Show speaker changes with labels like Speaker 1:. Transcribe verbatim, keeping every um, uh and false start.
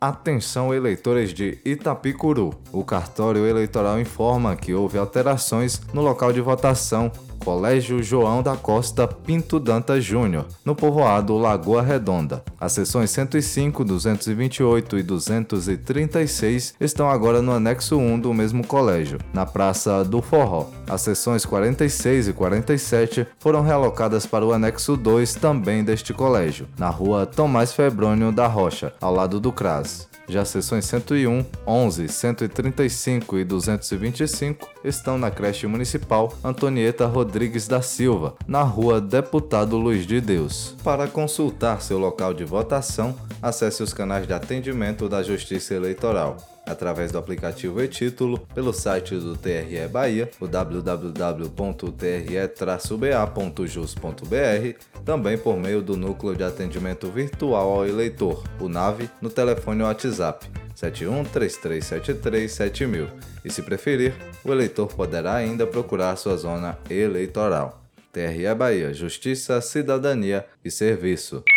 Speaker 1: Atenção, eleitores de Itapicuru. O cartório eleitoral informa que houve alterações no local de votação Colégio João da Costa Pinto Dantas Júnior, no povoado Lagoa Redonda. As seções cento e cinco, duzentos e vinte e oito e duzentos e trinta e seis estão agora no anexo um do mesmo colégio, na Praça do Forró. As seções quarenta e seis e quarenta e sete foram realocadas para o anexo dois também deste colégio, na Rua Tomás Febrônio da Rocha, ao lado do C R A S. Já as seções cento e um, onze, cento e trinta e cinco e duzentos e vinte e cinco estão na creche municipal Antonieta Rodrigues da Silva, na Rua Deputado Luiz de Deus. Para consultar seu local de votação, acesse os canais de atendimento da Justiça Eleitoral, através do aplicativo e-Título, pelo site do T R E Bahia, o w w w ponto t r e traço b a ponto jus ponto b r, também por meio do Núcleo de Atendimento Virtual ao Eleitor, o NAVE, no telefone WhatsApp sete um três três sete três sete mil. E se preferir, o eleitor poderá ainda procurar sua zona eleitoral. T R E Bahia, Justiça, Cidadania e Serviço.